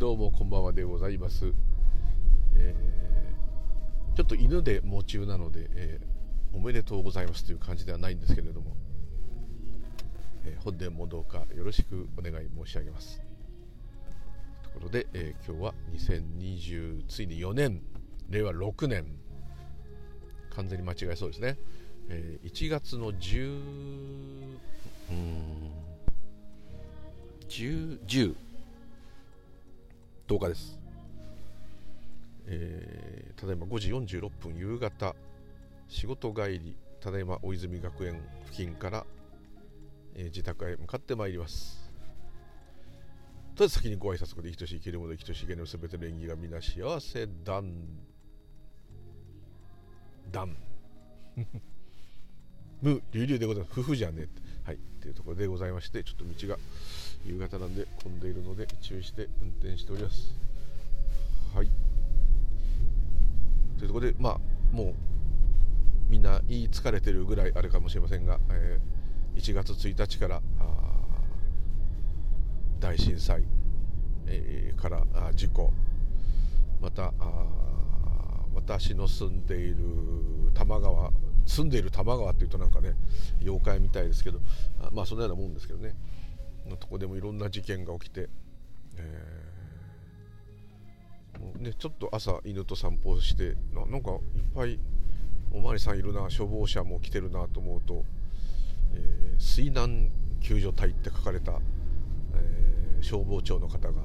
どうもこんばんはでございます。ちょっと犬で夢中なので、おめでとうございますという感じではないんですけれども、本年もどうかよろしくお願い申し上げます。ところで、今日は2020ついに4年令和6年完全に間違えそうですね。1月の10日です。ただいま5時46分夕方、仕事帰り、ただいま大泉学園付近から、自宅へ向かってまいります。とりあえず先にご挨拶で、生きとし生きるもの生きとし生けるすべての縁起が皆幸せだん無流々でございます。夫婦じゃねえ、はい、っていうところでございまして、ちょっと道が夕方なんで混んでいるので注意して運転しております。はい、というところで、もうみんな言い疲れてるぐらいあれかもしれませんが、1月1日から大震災、から事故、また私の住んでいる多摩川っていうとなんかね妖怪みたいですけど、そのようなもんですけどね、のとこでもいろんな事件が起きて、もうね、ちょっと朝犬と散歩して なんかいっぱいおまわりさんいるな、消防車も来てるなと思うと、水難救助隊って書かれた、消防庁の方が、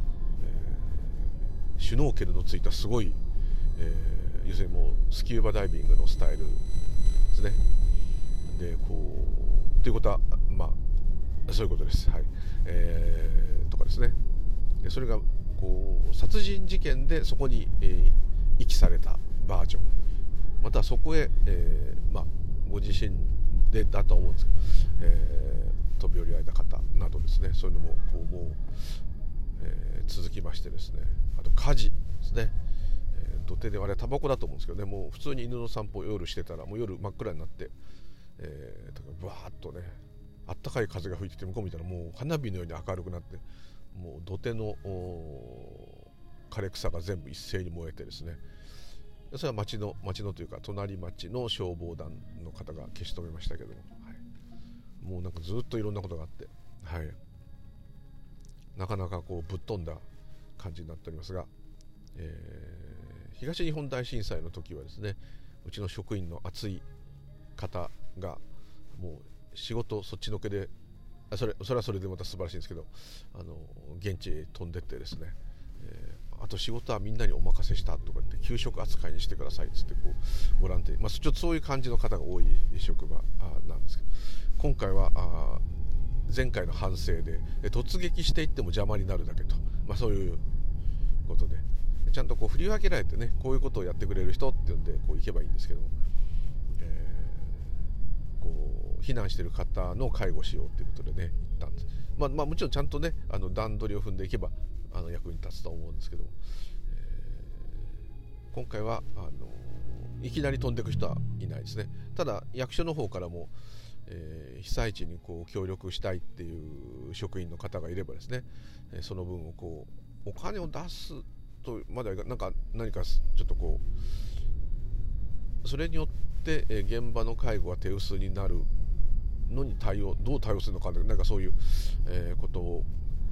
シュノーケルのついたすごい、要するにもうスキューバダイビングのスタイルですね。でこうということはそういうことです。はい、とかですね。でそれがこう殺人事件でそこに、遺棄されたバージョン、またそこへ、ご自身でだと思うんですけど、飛び降りられた方などですね、そういうのもこうもう、続きましてですね、あと火事ですね。土手であれタバコだと思うんですけどね、もう普通に犬の散歩を夜してたらもう夜真っ暗になって、バーッとねあったかい風が吹いてて、向こう見たらもう花火のように明るくなって、もう土手の枯れ草が全部一斉に燃えてですね、それは町のというか隣町の消防団の方が消し止めましたけども、はい、もうなんかずっといろんなことがあって、はい、なかなかこうぶっ飛んだ感じになっておりますが、東日本大震災の時はですね、うちの職員の熱い方がもう仕事そっちのけで、それはそれでまた素晴らしいんですけど、現地へ飛んでってですね、あと仕事はみんなにお任せしたとかって給食扱いにしてくださいっつってこうボランティア、ちょっとそういう感じの方が多い職場なんですけど、今回は前回の反省で突撃していっても邪魔になるだけと、そういうことでちゃんとこう振り分けられてね、こういうことをやってくれる人っていうんでこう行けばいいんですけども、こう避難している方の介護しようということでね行ったんです。もちろんちゃんとね段取りを踏んでいけば役に立つと思うんですけども、今回はいきなり飛んでいく人はいないですね。ただ役所の方からも、被災地にこう協力したいっていう職員の方がいればですね、その分をこうお金を出すとまだ何かちょっとこうそれによって、現場の介護が手薄になるのにどう対応するのか、なんかそういう、ことを、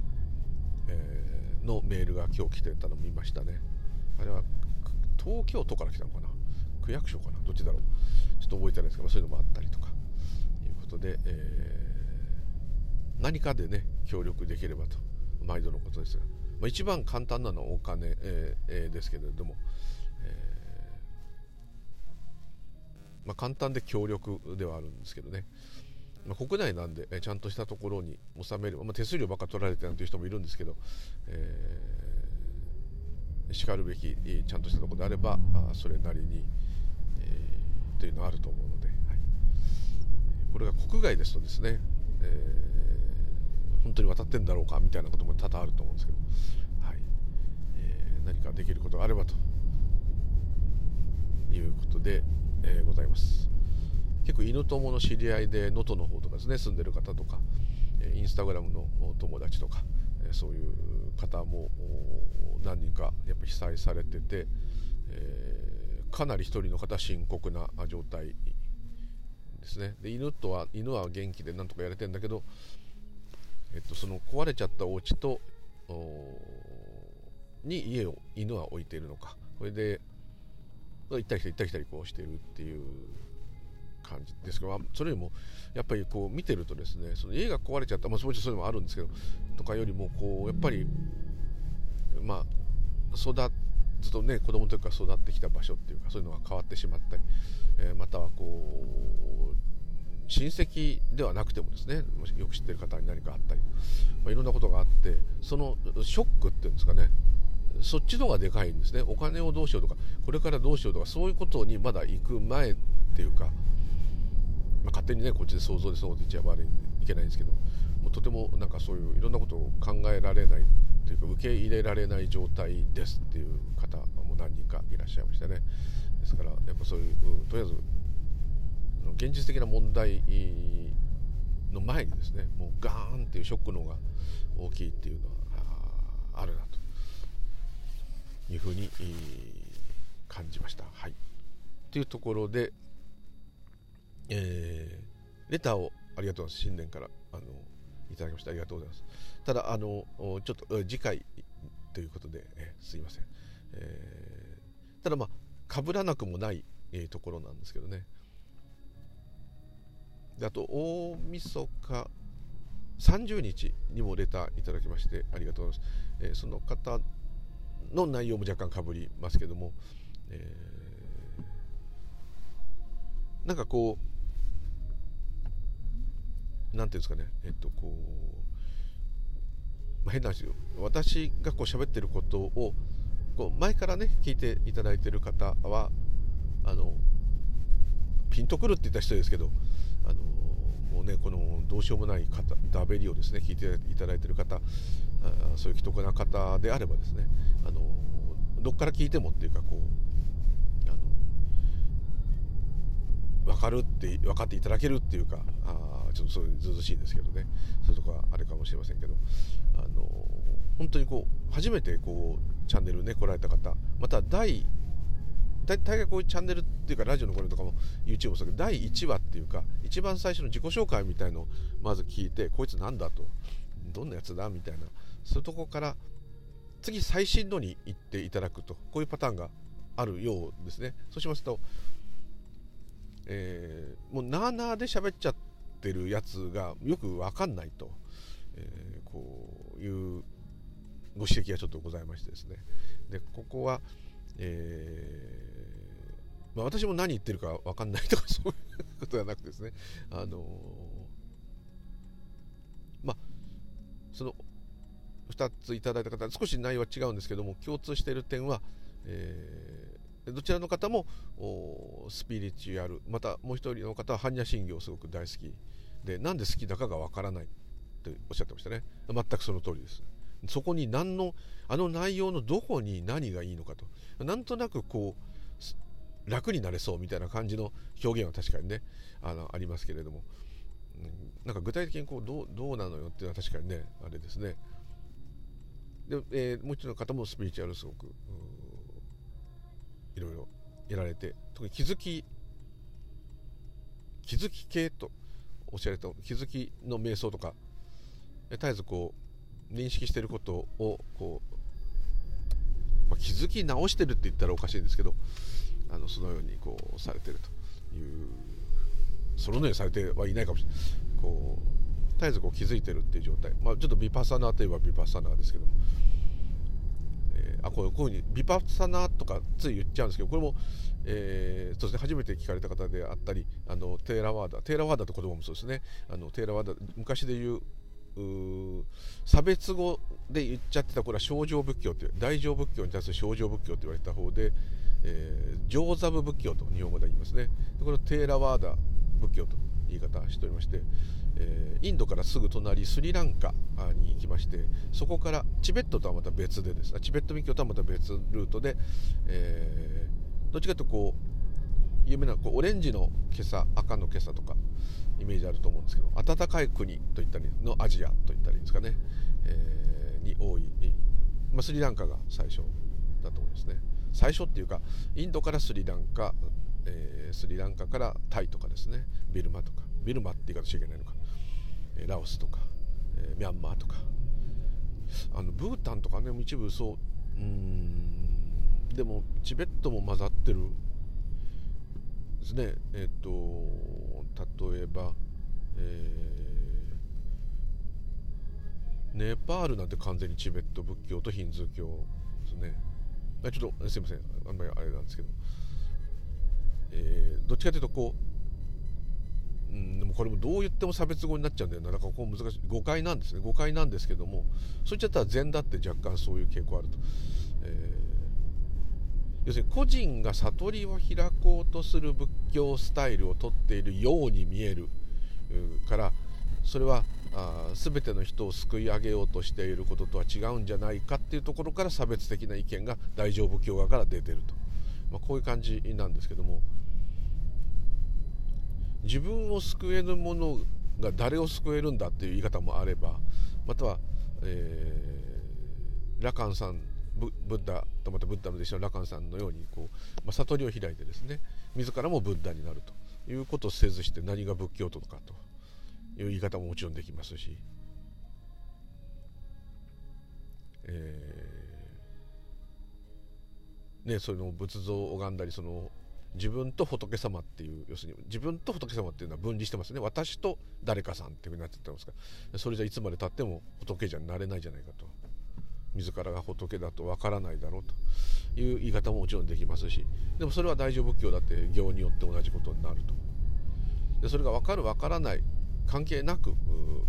のメールが今日来てたのを見ましたね。あれは東京都から来たのかな、区役所かな、どっちだろう、ちょっと覚えてないですけど、そういうのもあったりとかいうことで、何かでね協力できればと毎度のことですが、一番簡単なのはお金、ですけれども、簡単で強力ではあるんですけどね、国内なんで、ちゃんとしたところに収める、手数料ばっか取られてなんていう人もいるんですけど、しかるべきちゃんとしたところであればそれなりに、というのはあると思うので、はい、これが国外ですとですね、本当に渡ってんだろうかみたいなことも多々あると思うんですけど、はい、何かできることがあればということで、ございます。結構犬友の知り合いで能登の方とかですね住んでる方とか、インスタグラムの友達とか、 そういう方も何人かやっぱ被災されてて、かなり一人の方深刻な状態ですね。で犬は元気でなんとかやれてんだけど、その壊れちゃったお家とに家を犬は置いているのか、それで行ったり来たりこうしているっていう感じですけど、それよりもやっぱりこう見てるとですね、その家が壊れちゃった、もちろんそういうのもあるんですけどとかよりもこうやっぱりずっとね子供の時から育ってきた場所っていうか、そういうのが変わってしまったり、またはこう親戚ではなくてもですね、もしよく知っている方に何かあったり、いろんなことがあって、そのショックっていうんですかね、そっちの方がでかいんですね。お金をどうしようとかこれからどうしようとか、そういうことにまだ行く前っていうか、勝手にねこっちで想像でそういうこと言っちゃ悪いけないんですけども、とてもなんかそういういろんなことを考えられないというか受け入れられない状態ですっていう方も何人かいらっしゃいましたね。ですからやっぱそういう、とりあえず現実的な問題の前にですね、もうガーンっていうショックの方が大きいっていうのはあるなというふうに感じました。はい。というところで、レターをありがとうございます。新年からいただきましてありがとうございます。ただちょっと次回ということで、すいません。ただ被らなくもない、ところなんですけどね。であと大晦日30日にもレターいただきましてありがとうございます。その方の内容も若干被りますけども、なんかこうなんていうんですかね、こう、変な話、私がこう喋ってることをこう前からね聞いていただいている方はピンとくるって言った人ですけど、もうねこのどうしようもないダベリをですね聞いていただいている方、そういう既得な方であればですね、どっから聞いてもっていうかこう分かっていただけるっていうか、ちょっとそういうずうずしいですけどね、そういうとこはあれかもしれませんけど、本当にこう初めてこうチャンネルね来られた方、また大概こういうチャンネルっていうかラジオのこれとかも YouTube もそうだけど、第1話っていうか一番最初の自己紹介みたいのをまず聞いて、こいつなんだと、どんなやつだみたいな、そういうとこから次最新のに行っていただくと、こういうパターンがあるようですね。そうしますと、もうなあなあで喋っちゃってるやつがよく分かんないと、こういうご指摘がちょっとございましてですね。でここは私も何言ってるか分かんないとかそういうことではなくてですね、その2ついただいた方少し内容は違うんですけども、共通している点は、どちらの方もスピリチュアル、またもう一人の方は般若心経すごく大好きで、なんで好きだかが分からないとおっしゃってましたね。全くその通りです。そこに内容のどこに何がいいのかと、なんとなくこう楽になれそうみたいな感じの表現は確かにねありますけれども、なんか具体的にこうどうなのよっていうのは確かにねあれですね。で、もう一人の方もスピリチュアルすごくいろいろやられて、特に気づき系とおっしゃられた気づきの瞑想とか絶えずこう認識していることをこう、気づき直してるって言ったらおかしいんですけど、そのようにこうされてるという、そのようにされてはいないかもしれない、こう絶えずこう気づいてるっていう状態、ちょっとビパッサナーといえばビパッサナーですけども、こういうふうにビパッサナーとかつい言っちゃうんですけど、これも、そうですね、初めて聞かれた方であったり、テーラワーダって言葉もそうですね、テーラワーダ昔で言う差別語で言っちゃってた、これは小乗仏教っていう大乗仏教に対する小乗仏教と言われた方で、上座部仏教と日本語で言いますね。これをテーラワーダ仏教と言い方しておりまして、インドからすぐ隣スリランカに行きまして、そこからチベットとはまた別でですね、チベット密教とはまた別ルートで、どっちかというとこう有名なこうオレンジの今朝赤の今朝とかイメージあると思うんですけど、暖かい国といったりのアジアといったりですかね、 に多い、スリランカが最初だと思いますね。最初っていうかインドからスリランカ、スリランカからタイとかですね、ビルマとか、ビルマって言い方しちゃいけないのか、ラオスとか、ミャンマーとか、ブータンとかね、一部そうでもチベットも混ざってるですね。例えば、ネパールなんて完全にチベット仏教とヒンズー教ですね。ちょっとすいません、あんまりあれなんですけど、どっちかというとこう、でもこれもどう言っても差別語になっちゃうんだよな。なんかこう難しい、誤解なんですね。誤解なんですけども、そう言っちゃったら禅だって若干そういう傾向あると。要するに個人が悟りを開こうとする仏教スタイルをとっているように見えるから、それは全ての人を救い上げようとしていることとは違うんじゃないかっていうところから差別的な意見が大乗仏教側から出てると、こういう感じなんですけども、自分を救えぬものが誰を救えるんだっていう言い方もあれば、または、ラカンさん、ブッダと、またブッダの弟子のラカンさんのようにこう、悟りを開いてですね、自らもブッダになるということをせずして何が仏教徒かという言い方ももちろんできますし、そういうの仏像を拝んだり、その自分と仏様っていう、要するに自分と仏様っていうのは分離してますね。私と誰かさんっていうふうになってますから、それじゃいつまでたっても仏じゃなれないじゃないかと、自らが仏だとわからないだろうという言い方ももちろんできますし、でもそれは大乗仏教だって行によって同じことになると。でそれが分かる分からない関係なく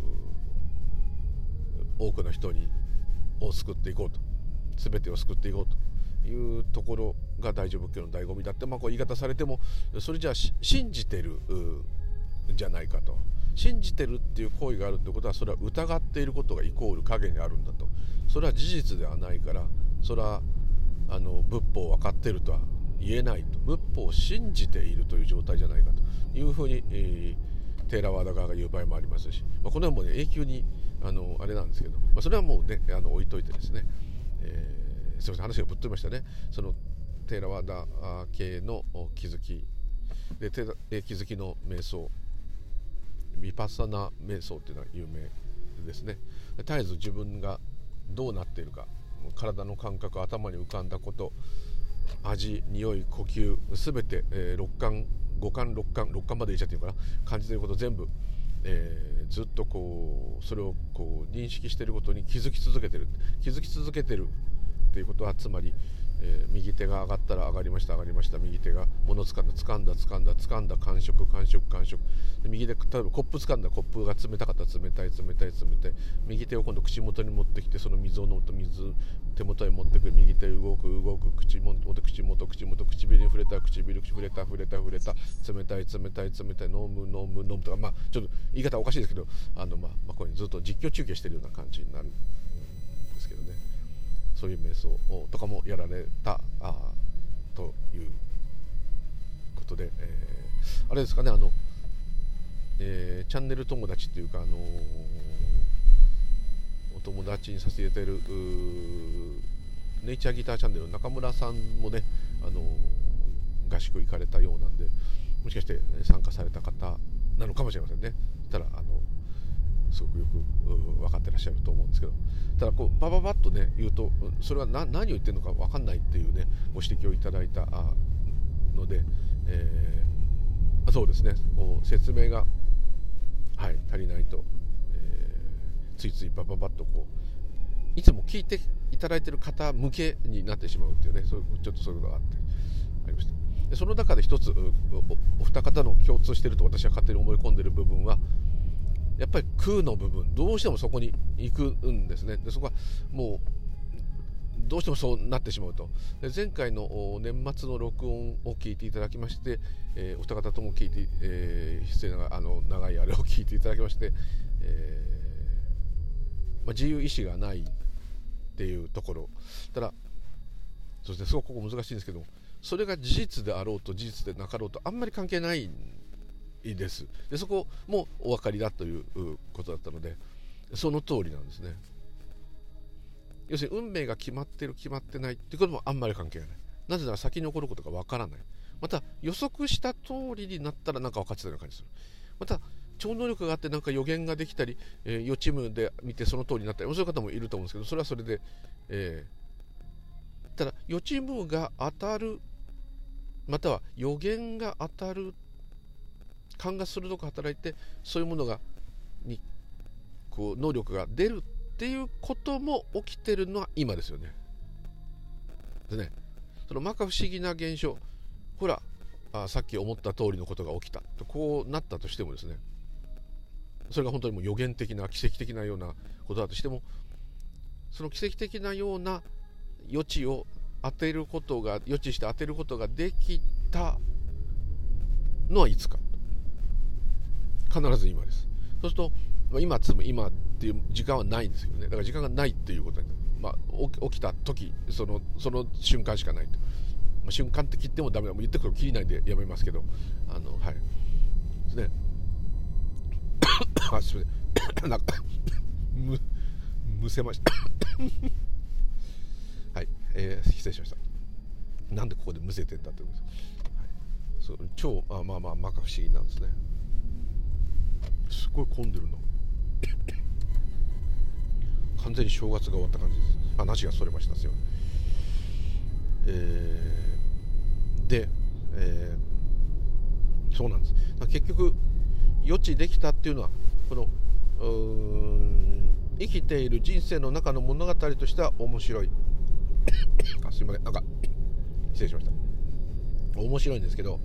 多くの人を救っていこうと、全てを救っていこうというところが大乗仏教の醍醐味だって、こう言い方されても、それじゃあ信じてるんじゃないかと。信じてるっていう行為があるってことは、それは疑っていることがイコール影にあるんだと。それは事実ではないから、それは仏法を分かっているとは言えないと。仏法を信じているという状態じゃないかというふうに、テーラワーダ側が言う場合もありますし、この辺もね永久にあれなんですけど、それはもうね置いといてですね、すみません、話がぶっ飛びましたね。そのテーラワーダ系の気づきで、気づきの瞑想、ヴィパッサナ瞑想っていうのは有名ですね。絶えず自分がどうなっているか、体の感覚、頭に浮かんだこと、味、匂い、呼吸、すべて、六感、五感、六感まで言っちゃっていいのかな、感じていること全部、ずっとこうそれをこう認識していることに気づき続けてるっていうことは、つまり、右手が上がったら上がりました、右手が物掴んだ、感触、で右手、例えばコップ掴んだ、コップが冷たかったら冷たい、右手を今度口元に持ってきて、その水を飲むと水手元へ持ってくる、右手動く、口元、唇に触れた、触れた、冷たい、飲むとか、ちょっと言い方おかしいですけど、こういうずっと実況中継しているような感じになるんですけどね。そういう瞑想とかもやられたということで、あれですかね、チャンネル友達っていうか、お友達にさせていただいているネイチャーギターチャンネルの中村さんもね、合宿行かれたようなんで、もしかして参加された方なのかもしれませんね。ただすごくよく分かってらっしゃると思うんですけど、ただこうババッとね言うと、それは何を言ってるのか分かんないっていうねご指摘をいただいたので、そうですね、こう説明が、足りないと、ついついバッとこういつも聞いていただいている方向けになってしまうっていうね、ちょっとそういうのがありました。でその中で一つ お二方の共通していると私は勝手に思い込んでいる部分は、やっぱり空の部分、どうしてもそこに行くんですね。でそこはもうどうしてもそうなってしまうと。で前回の年末の録音を聞いていただきまして、お二方とも聞いて、失礼ながら長いあれを聞いていただきまして、自由意志がないっていうところ、ただそうですね、すごくここ難しいんですけど、それが事実であろうと事実でなかろうとあんまり関係ないです。でそこもお分かりだということだったので、その通りなんですね。 要するに運命が決まってる決まってないっていうこともあんまり関係がない。なぜなら先に起こることがわからない。また予測した通りになったらなんか分かってたような感じする。また超能力があってなんか予言ができたり、予知夢で見てその通りになったり、そういう方もいると思うんですけど、それはそれで、ただ予知夢が当たる、または予言が当たる、勘が鋭く働いてそういうものにこう能力が出るっていうことも起きてるのは今ですよね。でね、その摩訶不思議な現象、ほらさっき思った通りのことが起きたとこうなったとしてもですね、それが本当にもう予言的な奇跡的なようなことだとしても、その奇跡的なような予知を当てることが、予知して当てることができたのはいつか、必ず今です。そうすると今つっても今っていう時間はないんですけどね、だから時間がないっていうことで、起きた時その瞬間しかないと。瞬間って切ってもダメだ、もう言ってくると切りないでやめますけど、はいですね。すみません、なんかむせましたはい、失礼しました。なんでここでむせてんだってことです、はい、そう超摩訶不思議なんですね。すごい混んでるな完全に正月が終わった感じです。話がそれました。すよ、で、そうなんです。結局予知できたっていうのはこの生きている人生の中の物語としては面白いすいません、なんか失礼しました。面白いんですけど、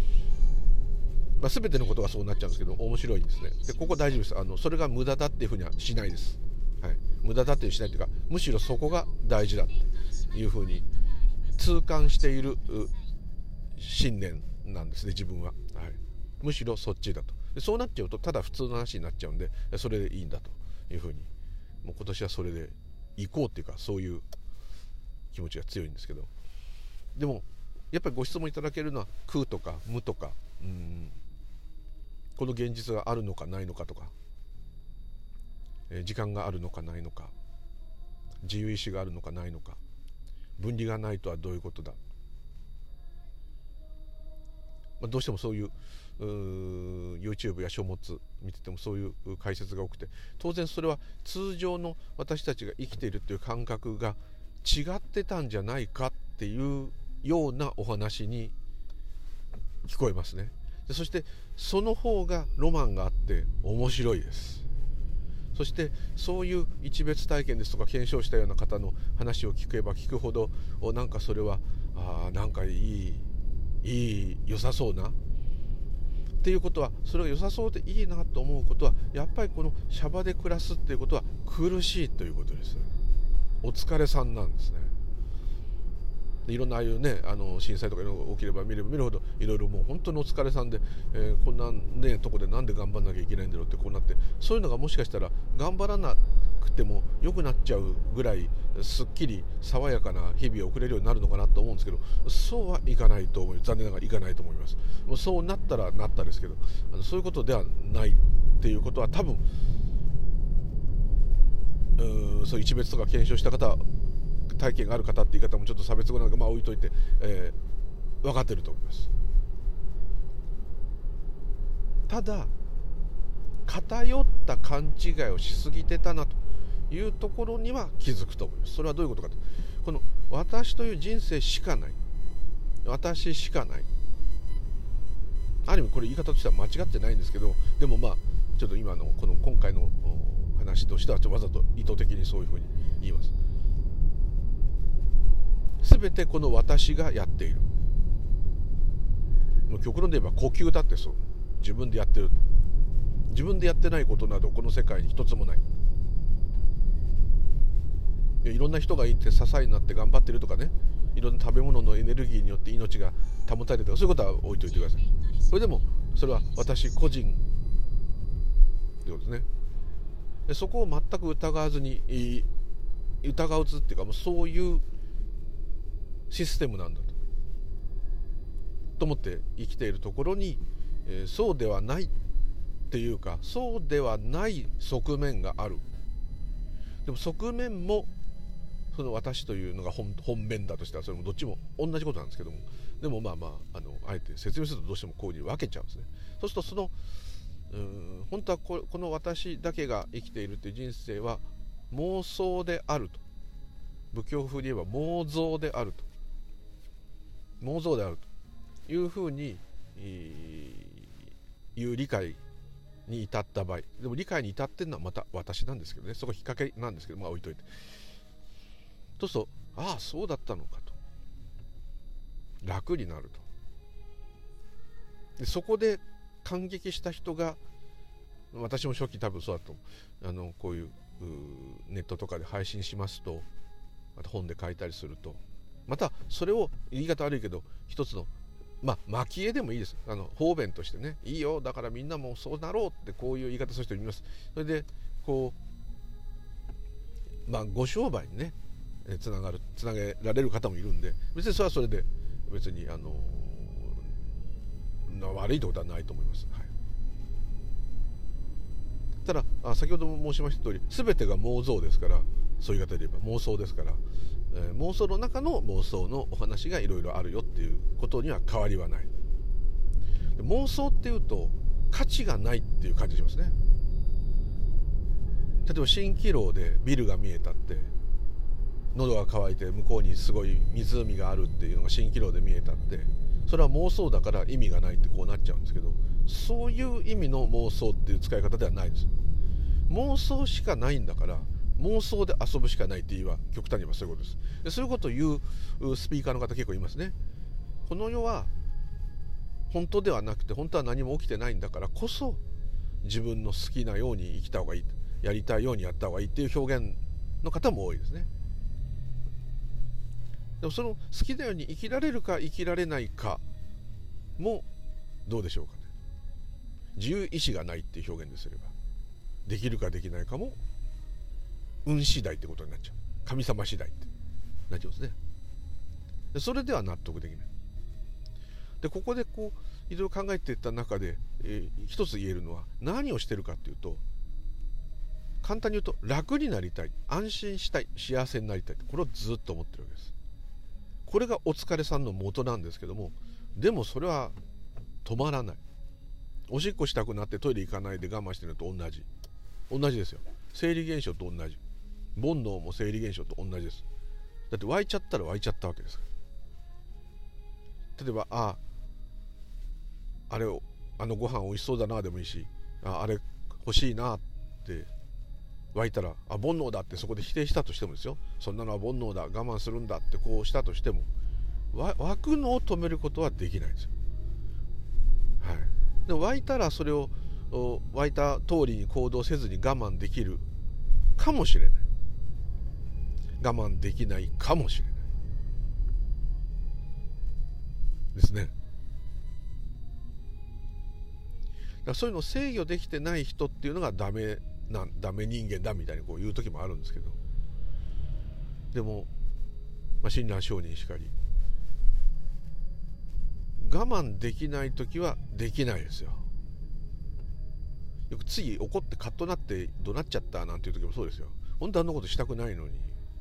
全てのことがそうなっちゃうんですけど面白いんですね。でここ大丈夫です。それが無駄だっていうふうにはしないです、はい、無駄だっていうしないというか、むしろそこが大事だっていうふうに痛感している信念なんですね、自分は、はい、むしろそっちだと。でそうなっちゃうとただ普通の話になっちゃうんで、それでいいんだというふうに、もう今年はそれで行こうっていうか、そういう気持ちが強いんですけど、でもやっぱりご質問いただけるのは空とか無とか、この現実があるのかないのかとか、時間があるのかないのか、自由意志があるのかないのか、分離がないとはどういうことだ、どうしてもそういうYouTube や書物見ててもそういう解説が多くて、当然それは通常の私たちが生きているという感覚が違ってたんじゃないかっていうようなお話に聞こえますね。でそしてその方がロマンがあって面白いです。そしてそういう一別体験ですとか検証したような方の話を聞けば聞くほど、なんかそれはなんか良さそうなっていうことは、それが良さそうでいいなと思うことは、やっぱりこのシャバで暮らすっていうことは苦しいということです。お疲れさんなんですね。いろんなああいうね、震災とか起きれば見れば見るほどいろいろもう本当にお疲れさんで、こんなねとこでなんで頑張んなきゃいけないんだろうってこうなって、そういうのがもしかしたら頑張らなくても良くなっちゃうぐらいすっきり爽やかな日々を送れるようになるのかなと思うんですけど、そうはいかないと思います。残念ながらいかないと思います。もうそうなったらなったですけど、そういうことではないっていうことは多分そういう一別とか検証した方、体験がある方って言い方もちょっと差別語なのか置いといて、分かってると思います。ただ偏った勘違いをしすぎてたなというところには気づくと思います。それはどういうことかと、この私という人生しかない、私しかない、ある意味これ言い方としては間違ってないんですけど、でもちょっと今の今回の話としてはわざと意図的にそういうふうに言います。全てこの私がやっている。極論で言えば呼吸だってそう、自分でやってる。自分でやってないことなどこの世界に一つもない。いろんな人がいて支えになって頑張ってるとかね、いろんな食べ物のエネルギーによって命が保たれてるとか、そういうことは置いといてください。それでもそれは私個人ってことですね。でそこを全く疑わずに、疑わずっていうか、もうそういうシステムなんだと思って生きているところに、そうではないっていうか、そうではない側面がある。でも側面もその私というのが本面だとしたらそれもどっちも同じことなんですけども、でもあえて説明するとどうしてもこういうふうに分けちゃうんですね。そうするとその本当はこの私だけが生きているという人生は妄想であると、仏教風に言えば妄想であるというふうにいう理解に至った場合、でも理解に至ってるのはまた私なんですけどね、そこ引っ掛けなんですけど、置いといて、そうするとああそうだったのかと楽になると。でそこで感激した人が、私も初期多分そうだとこういうネットとかで配信しますと、また本で書いたりすると、またそれを言い方悪いけど一つの蒔絵でもいいです。方便としてね、いいよだからみんなもそうなろうってこういう言い方する人います。それでこうご商売にねつなげられる方もいるんで、別にそれはそれで別に悪いってことはないと思います。はい、ただ先ほども申しました通り、全てが妄想ですから、そういう言い方で言えば妄想ですから、妄想の中の妄想のお話がいろいろあるよっていうことには変わりはない。妄想っていうと価値がないっていう感じしますね。例えば蜃気楼でビルが見えたって、喉が渇いて向こうにすごい湖があるっていうのが蜃気楼で見えたって、それは妄想だから意味がないってこうなっちゃうんですけど、そういう意味の妄想っていう使い方ではないです。妄想しかないんだから妄想で遊ぶしかないって言えば極端に言えばそういうことです。でそういうことを言うスピーカーの方結構いますね。この世は本当ではなくて、本当は何も起きてないんだからこそ自分の好きなように生きた方がいい、やりたいようにやった方がいいっていう表現の方も多いですね。でもその好きなように生きられるか生きられないかもどうでしょうかね。自由意志がないっていう表現ですれば、できるかできないかも運次第ってことになっちゃう。神様次第ってなっちゃうんですね。でそれでは納得できない。でここでこういろいろ考えていった中で、一つ言えるのは何をしてるかっていうと、簡単に言うと楽になりたい、安心したい、幸せになりたい、これをずっと思ってるわけです。これがお疲れさんの元なんですけども、でもそれは止まらない。おしっこしたくなってトイレ行かないで我慢してるのと同じですよ。生理現象と同じ、煩悩も生理現象と同じです。だって湧いちゃったら湧いちゃったわけですから。例えばあれをご飯美味しそうだなでもいいし、あれ欲しいなって湧いたら煩悩だってそこで否定したとしてもですよ、そんなのは煩悩だ、我慢するんだってこうしたとしても湧くのを止めることはできないんですよ。はい、でも湧いたらそれを湧いた通りに行動せずに我慢できるかもしれない、我慢できないかもしれないですね。だからそういうのを制御できてない人っていうのがダメ人間だみたいにこう言う時もあるんですけど、でも、親鸞上人しかり我慢できない時はできないですよ。よく次怒ってカッとなって怒鳴っちゃったなんていう時もそうですよ。本当はあんなことしたくないのに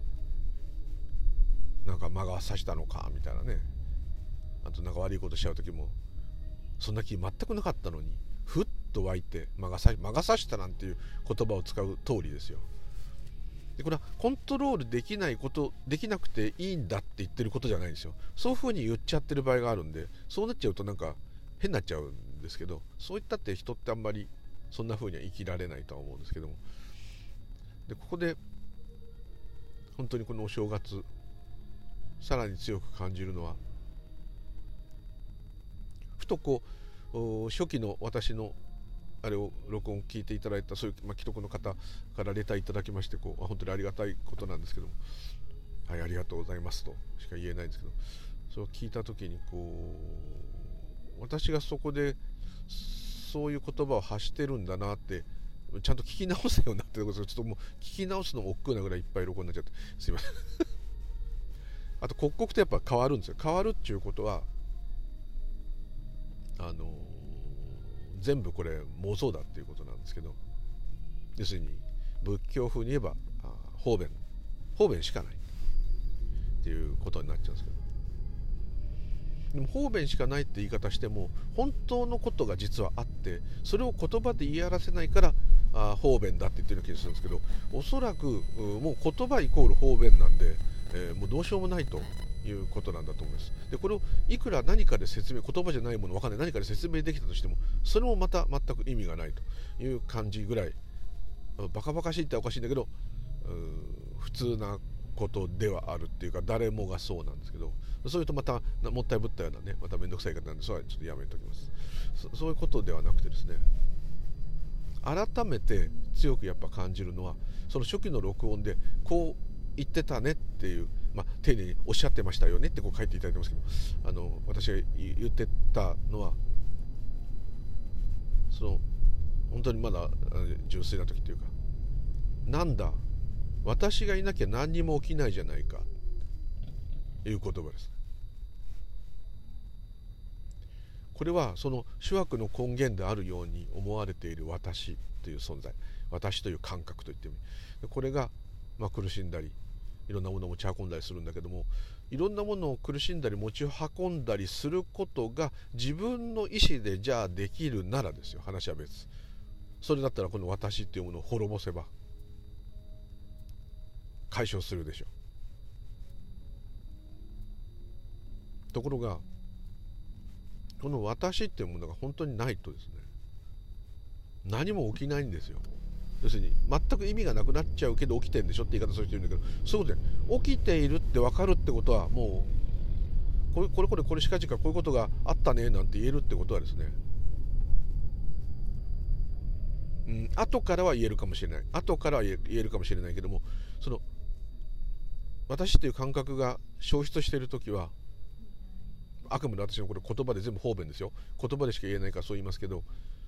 なんか魔が差したのかみたいなね。あとなんか悪いことしちゃう時もそんな気全くなかったのにふっと湧いて魔が差したなんていう言葉を使う通りですよ。でこれはコントロールできないこと、できなくていいんだって言ってることじゃないんですよ。そういうふうに言っちゃってる場合があるんで、そうなっちゃうとなんか変になっちゃうんですけど、そういったって人ってあんまりそんな風には生きられないとは思うんですけども、でここで本当にこのお正月さらに強く感じるのは、ふとこう初期の私のあれを録音聞いていただいたそういう、既得の方からレターいただきまして、こう本当にありがたいことなんですけども、はい、ありがとうございますとしか言えないんですけど、それを聞いた時にこう私がそこでそういう言葉を発してるんだなってちゃんと聞き直すようになってることです。ちょっともう聞き直すのも億劫なぐらいいっぱい録音になっちゃってすいませんあと刻々とやっぱ変わるんですよ。変わるっていうことは全部これ妄想だっていうことなんですけど、要するに仏教風に言えば方便しかない。 っていうことになっちゃうんですけど、でも方便しかないって言い方しても本当のことが実はあって、それを言葉で言い表せないから方便だって言ってるような気がするんですけど、おそらくもう言葉イコール方便なんで、もうどうしようもないということなんだと思います。でこれをいくら何かで説明、言葉じゃないもの分かんない何かで説明できたとしても、それもまた全く意味がないという感じぐらい、バカバカしいっておかしいんだけど、普通なことではあるっていうか、誰もがそうなんですけど、そういうとまたもったいぶったようなね、また面倒くさい方なんで、それはちょっとやめておきます。そういうことではなくてですね、改めて強くやっぱ感じるのは、その初期の録音でこう言ってたねっていう、丁寧におっしゃってましたよねってこう書いていただいてますけど、私が言ってたのは、その本当にまだ純粋な時というか、なんだ私がいなきゃ何にも起きないじゃないかという言葉です。これはその諸悪の根源であるように思われている私という存在、私という感覚といってもいい。これが苦しんだりいろんなものを持ち運んだりするんだけども、いろんなものを苦しんだり持ち運んだりすることが自分の意思でじゃあできるならですよ、話は別。それだったらこの私っていうものを滅ぼせば解消するでしょう。ところがこの私っていうものが本当にないとですね、何も起きないんですよ。要するに全く意味がなくなっちゃうけど起きてるんでしょって言い方する人いるんだけど、そういうことで起きているって分かるってことは、もうこれしかじかこういうことがあったねなんて言えるってことはですね、後からは言えるかもしれない、後からは言えるかもしれないけども、その私っていう感覚が消失しているときは、あくまで私のこれ言葉で全部方便ですよ、言葉でしか言えないからそう言いますけど、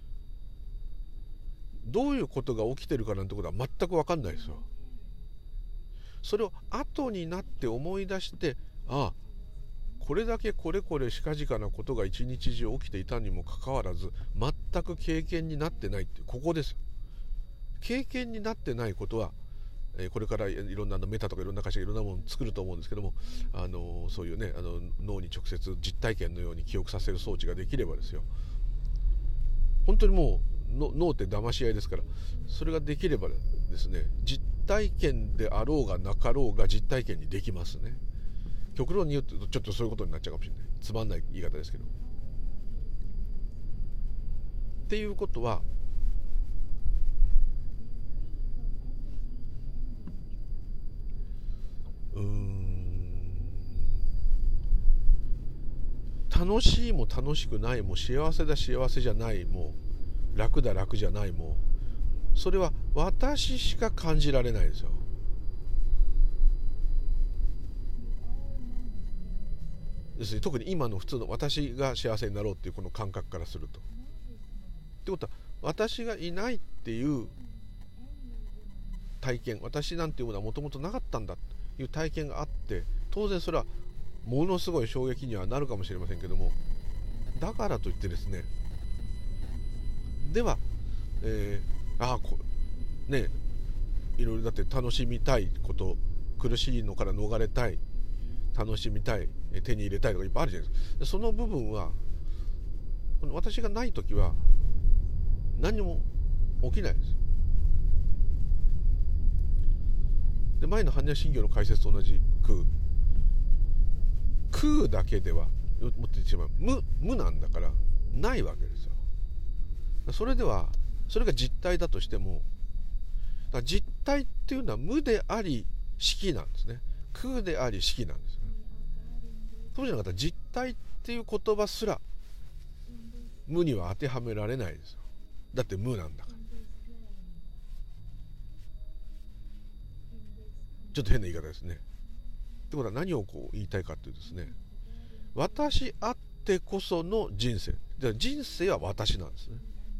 どういうことが起きてるかなんてことは全く分かんないですよ。それを後になって思い出して、これだけこれこれしかじかなことが一日中起きていたにもかかわらず全く経験になってないっていう、ここです。経験になってないことはこれからいろんなメタとかいろんな会社がいろんなものを作ると思うんですけども、そういうね、脳に直接実体験のように記憶させる装置ができればですよ、本当にもう脳って騙し合いですから、それができればですね、実体験であろうがなかろうが実体験にできますね。極論に言うとちょっとそういうことになっちゃうかもしれない、つまんない言い方ですけど。っていうことは、楽しいも楽しくないも、幸せだ幸せじゃないも、楽だ楽じゃないも、それは私しか感じられないですよ。要するに特に今の普通の私が幸せになろうっていうこの感覚からすると。ってことは、私がいないっていう体験、私なんていうものはもともとなかったんだという体験があって、当然それはものすごい衝撃にはなるかもしれませんけども、だからといってですね、では、ね、いろいろだって楽しみたいこと、苦しいのから逃れたい、楽しみたい、手に入れたいとかいっぱいあるじゃないですか。その部分は私がないときは何も起きないです。で、前の般若心経の解説と同じく、空だけではもっと言ってしまう、無なんだからないわけですよ。それではそれが実体だとしても、だから実体っていうのは無であり識なんですね。空であり識なんですよね。そうじゃなかったら実体っていう言葉すら無には当てはめられないですよ。だって無なんだから。ちょっと変な言い方ですね。ってことは何をこう言いたいかというとですね、私あってこその人生。人生は私なんですね。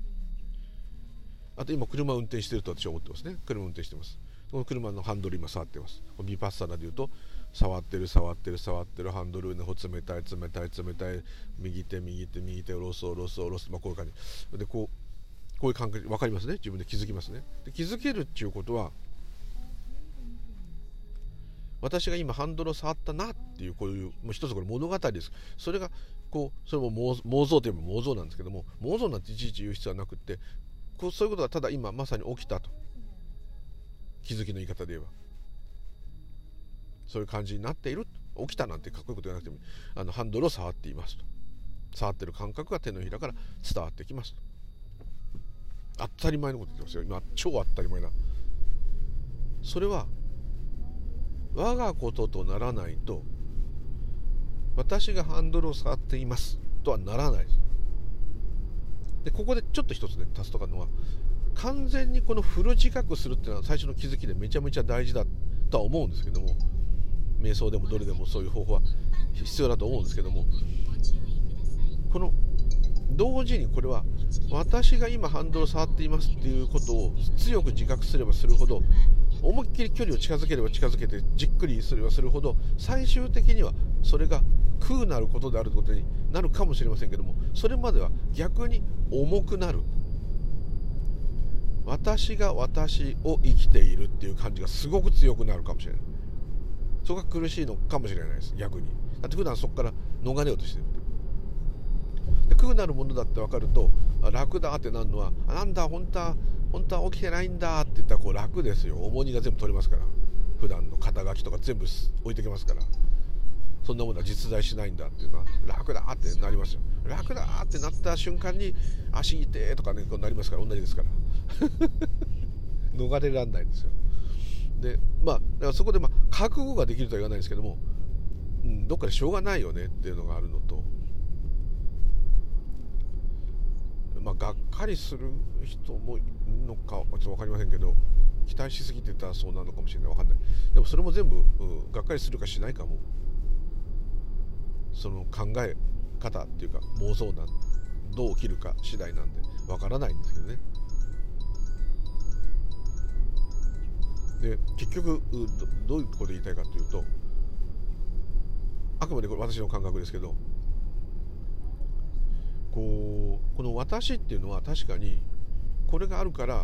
あと今車を運転してると私は思ってますね。車を運転してます。この車のハンドル今触ってます。ビパッサナでいうと触ってるハンドルの方冷たい、右手下ろす、こういう感じで、こういう感覚分かりますね。自分で気づきますね。で、気づけるっていうことは、 私が今ハンドルを触ったなっていう、こういうもう一つこれ物語です。それがこう、それも妄想といえば妄想なんですけども、妄想なんていちいち言う必要はなくって、こうそういうことがただ今まさに起きたと、気づきの言い方で言えばそういう感じになっている。起きたなんてかっこいいこと言わなくても、ハンドルを触っていますと、触ってる感覚が手のひらから伝わってきますと。当たり前のこと言ってますよ今、超当たり前な。それは我がこととならないと、私がハンドルを触っていますとはならないです。でここでちょっと一つね足すとかのは、完全にこのフル自覚するっていうのは最初の気づきでめちゃめちゃ大事だとは思うんですけども、瞑想でもどれでもそういう方法は必要だと思うんですけども、この同時にこれは私が今ハンドルを触っていますっていうことを強く自覚すればするほど、思いっきり距離を近づければ近づけて、じっくりすればするほど、最終的にはそれが空なることであることになるかもしれませんけども、それまでは逆に重くなる、私が私を生きているっていう感じがすごく強くなるかもしれない。そこが苦しいのかもしれないです。逆にだって普段そこから逃れようとしてる。で空なるものだって分かると楽だってなるのは、なんだ本当は起きてないんだって言ったらこう楽ですよ。重荷が全部取れますから、普段の肩書きとか全部置いてきますから、そんなものは実在しないんだっていうのは楽だってなりますよ。楽だってなった瞬間に足痛いとかね、こうなりますから、同じですから逃れられないんですよ。でだからそこで覚悟ができるとは言わないんですけども、どっかでしょうがないよねっていうのがあるのと、がっかりする人もいるのかちょっと分かりませんけど、期待しすぎてたらそうなのかもしれない、分かんない。でもそれも全部、がっかりするかしないかもその考え方っていうか妄想なんどう起きるか次第なんで分からないんですけどね。で結局どういうことを言いたいかというと、あくまでこれ私の感覚ですけど、この私っていうのは確かにこれがあるから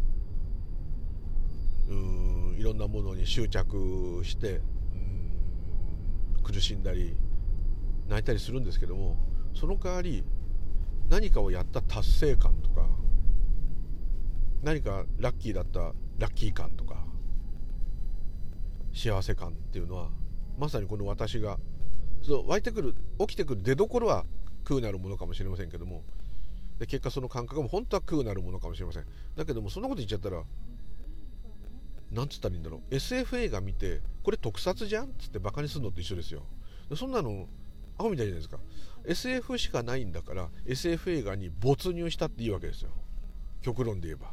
いろんなものに執着して苦しんだり泣いたりするんですけども、その代わり何かをやった達成感とか、何かラッキーだったラッキー感とか幸せ感っていうのは、まさにこの私が湧いてくる起きてくる出どころは空なるものかもしれませんけども、で結果その感覚も本当は空なるものかもしれません。だけどもそんなこと言っちゃったらなんつったらいいんだろう、 SF 映画見てこれ特撮じゃんっつってバカにするのと一緒ですよ。そんなのアホみたいじゃないですか。 SF しかないんだから SF 映画に没入したっていいわけですよ、極論で言えば。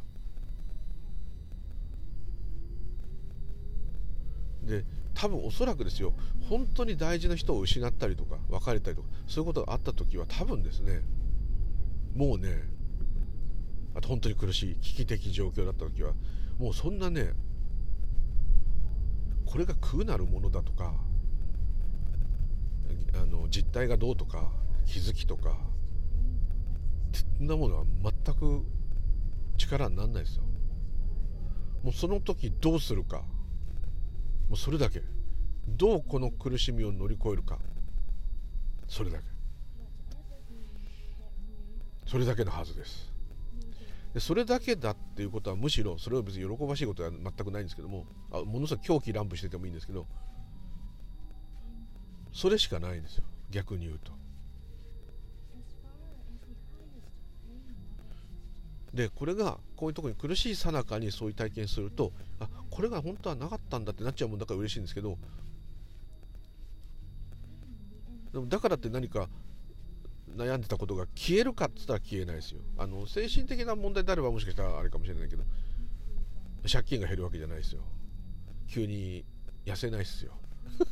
で多分おそらくですよ、本当に大事な人を失ったりとか別れたりとかそういうことがあった時は多分ですね、もうね、あと本当に苦しい危機的状況だった時はもうそんなね、これが空なるものだとか実態がどうとか気づきとかそんなものは全く力にならないですよ。もうその時どうするか、もうそれだけ、どうこの苦しみを乗り越えるか、それだけ、それだけのはずです。でそれだけだっていうことはむしろそれは別に喜ばしいことは全くないんですけども、ものすごく狂気乱舞しててもいいんですけど、それしかないんですよ、逆に言うと。でこれがこういうところに苦しいさなかにそういう体験すると、これが本当はなかったんだってなっちゃうもんだから嬉しいんですけど、でもだからって何か悩んでたことが消えるかっつったら消えないですよ。精神的な問題であればもしかしたらあれかもしれないけど、借金が減るわけじゃないですよ。急に痩せないですよ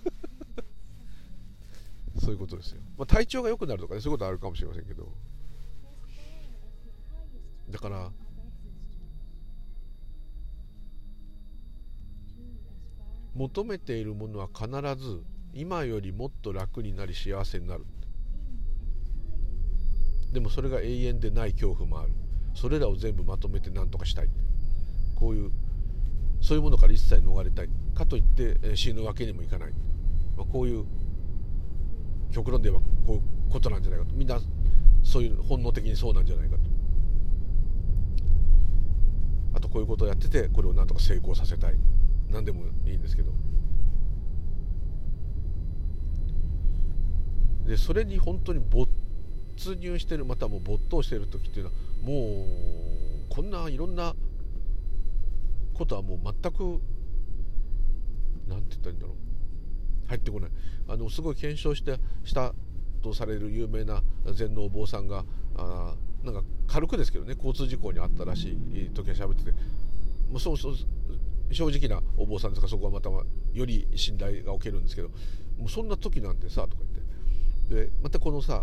そういうことですよ。体調が良くなるとかね、そういうことはあるかもしれませんけど、だから求めているものは必ず今よりもっと楽になり幸せになる。でもそれが永遠でない恐怖もある。それらを全部まとめて何とかしたい、こういうそういうものから一切逃れたい、 かといって死ぬわけにもいかない、こういう極論で言えばこういうことなんじゃないかと、みんなそういう本能的にそうなんじゃないかと。あとこういうことをやっててこれをなんとか成功させたい、何でもいいんですけど、でそれに本当に没入してる、またもう没頭している時っていうのはもうこんないろんなことはもう全くなんて言ったらいいんだろう、入ってこない。すごい検証したとされる有名な禅のお坊さんがなんか軽くですけどね、交通事故に遭ったらしい時は喋ってて、もうそう正直なお坊さんですから、そこはまたより信頼が起きるんですけど、もうそんな時なんてさとか言って、でまたこのさ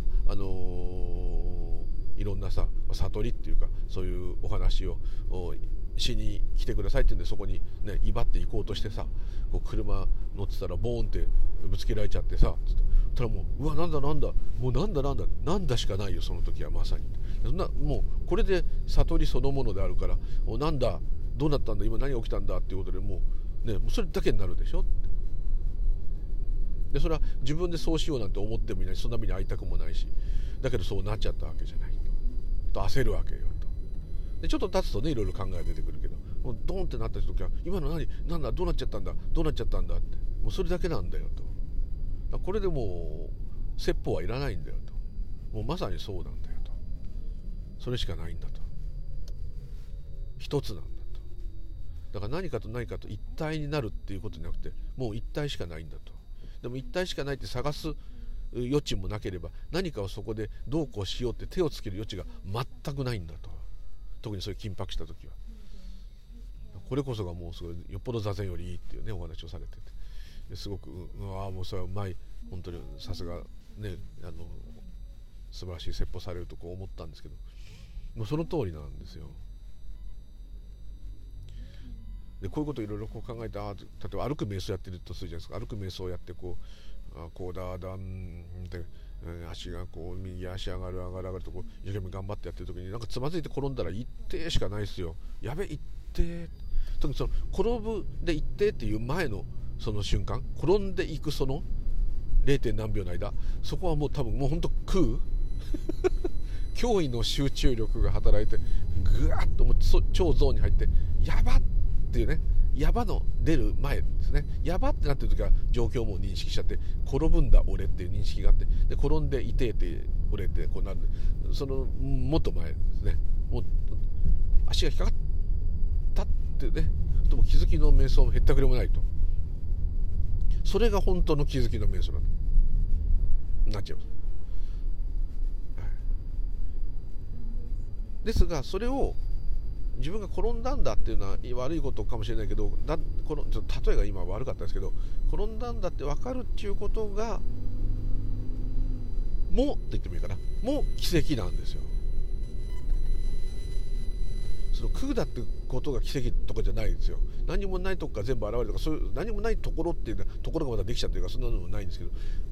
いろんなさ悟りっていうかそういうお話をしに来てくださいって言うんで、そこにね威張って行こうとしてさ、こう車乗ってたらボーンってぶつけられちゃってさ、たらもううわなんだもうなんだしかないよその時はまさに。そんなもうこれで悟りそのものであるから、なんだどうなったんだ今何が起きたんだっていうことでもうねそれだけになるでしょって。でそれは自分でそうしようなんて思ってもいないし、そんな目に遭いたくもないし、だけどそうなっちゃったわけじゃないと焦るわけよと。でちょっと経つとねいろいろ考えが出てくるけど、もうドーンってなった時は今のなんだどうなっちゃったんだってもうそれだけなんだよと。これでもう説法はいらないんだよと。もうまさにそうなんだよと。それしかないんだと。一つなんだと。だから何かと何かと一体になるっていうことじゃなくて、もう一体しかないんだと。でも一体しかないって探す余地もなければ、何かをそこでどうこうしようって手をつける余地が全くないんだと。特にそういう緊迫した時はこれこそがもうすごいよっぽど座禅よりいいっていうねお話をされてて、すごくもうそれはうまい、本当にさすがね素晴らしい説法されるとこう思ったんですけど、もうその通りなんですよ。でこういうことをいろいろこう考えて、例えば歩く瞑想やってるとするじゃないですか。歩く瞑想をやってこうだんって足がこう右足上がるとこう一生懸命頑張ってやってる時になんかつまずいて転んだら一定しかないですよ。やべ一定。特にその転ぶで一定っていう前のその瞬間、転んでいくその 0. 何秒の間、そこはもう多分もうほんと空驚異の集中力が働いてぐわっともう超ゾーンに入ってやばっていうね、やばの出る前ですね。やばってなってる時は状況も認識しちゃって、転ぶんだ俺っていう認識があって、で転んでいてって俺ってこうなる、そのもっと前ですね。もう足が引っかかったっていうね、でも気づきの瞑想もへったくれもないと。それが本当の気づきの瞑想だとなっちゃいます。ですがそれを自分が転んだんだっていうのは悪いことかもしれないけど、このちょっと例えが今悪かったですけど、転んだんだって分かるっていうことがもって言ってもいいかな、もう奇跡なんですよ。その空だってことが奇跡とかじゃないですよ。何もないとこから全部現れるとか、そういう何もないところっていうところがまだできちゃってるから、そんなのもないんですけど、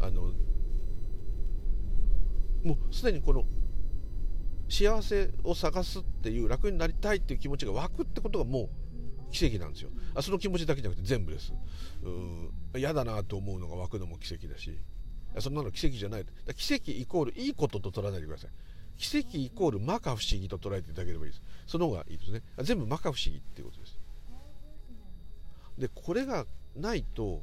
もうすでにこの幸せを探すっていう、楽になりたいっていう気持ちが湧くってことがもう奇跡なんですよ。その気持ちだけじゃなくて全部です。嫌だなと思うのが湧くのも奇跡だし、そんなの奇跡じゃない。奇跡イコールいいことと捉えないでください。奇跡イコール摩訶不思議と捉えていただければいいです。その方がいいですね。全部摩訶不思議っていうことです。でこれがないと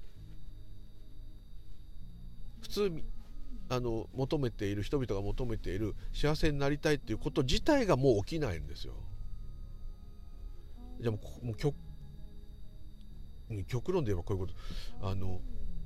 普通求めている、人々が求めている幸せになりたいっていうこと自体がもう起きないんですよ。じゃあもう極論で言えばこういうこと、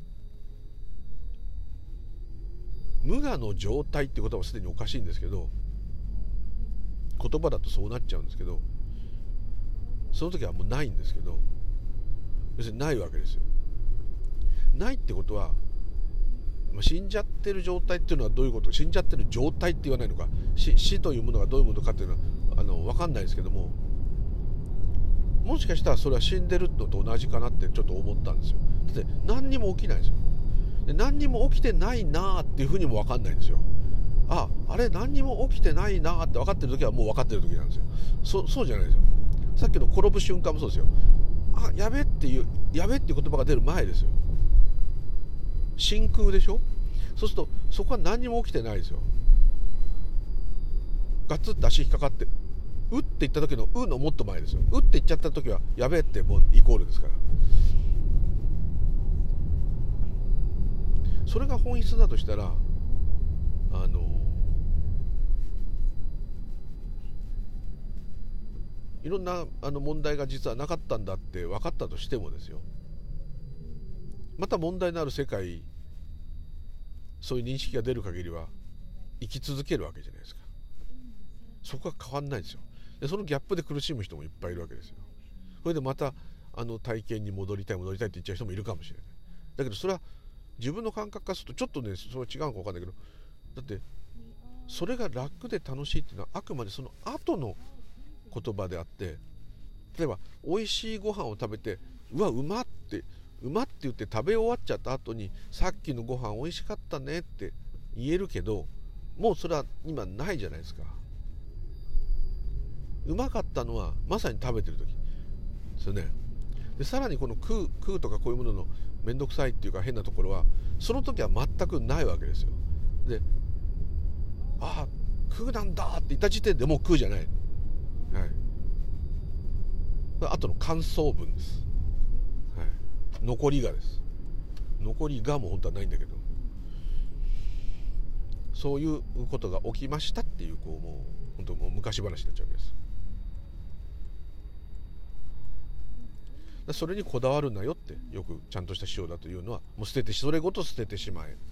無我の状態ってことはすでにおかしいんですけど、言葉だとそうなっちゃうんですけど、その時はもうないんですけど、別にないわけですよ。ないってことは死んじゃってる状態っていうのはどういうこと、死んじゃってる状態って言わないのか、死というものがどういうものかっていうのは分かんないですけども、もしかしたらそれは死んでるのと同じかなってちょっと思ったんですよ。だって何にも起きないんですよ。で何にも起きてないなっていうふうにも分かんないんですよ。あれ何にも起きてないなって分かってる時はもう分かってる時なんですよ。そうじゃないですよ。さっきの転ぶ瞬間もそうですよ。 あ、やべっていう言葉が出る前ですよ。真空でしょ。そうするとそこは何にも起きてないですよ。ガツッと足引っかかってうって言った時のうのもっと前ですよ。うって言っちゃった時はやべえってもうイコールですから。それが本質だとしたらいろんな問題が実はなかったんだって分かったとしてもですよ、また問題のある世界、そういう認識が出る限りは生き続けるわけじゃないですか。そこは変わんないですよ。でそのギャップで苦しむ人もいっぱいいるわけですよ。それでまた体験に戻りたいって言っちゃう人もいるかもしれない。だけどそれは自分の感覚からするとちょっとね、それは違うのか分かんないけど、だってそれが楽で楽しいっていうのはあくまでその後の言葉であって、例えば美味しいご飯を食べてうわうまって言って食べ終わっちゃった後にさっきのご飯美味しかったねって言えるけど、もうそれは今ないじゃないですか。うまかったのはまさに食べてる時ですよね。でさらにこの食うとかこういうものの面倒くさいっていうか変なところは、その時は全くないわけですよ。で、ああ食うなんだって言った時点でもう食うじゃない、はい、あとの感想文です、はい、残りがです。残りがもう本当はないんだけど、そういうことが起きましたっていう、こうもう本当もう昔話になっちゃうわけです。それにこだわるなよってよくちゃんとした師匠だというのは、もうそれごと捨ててしまえ、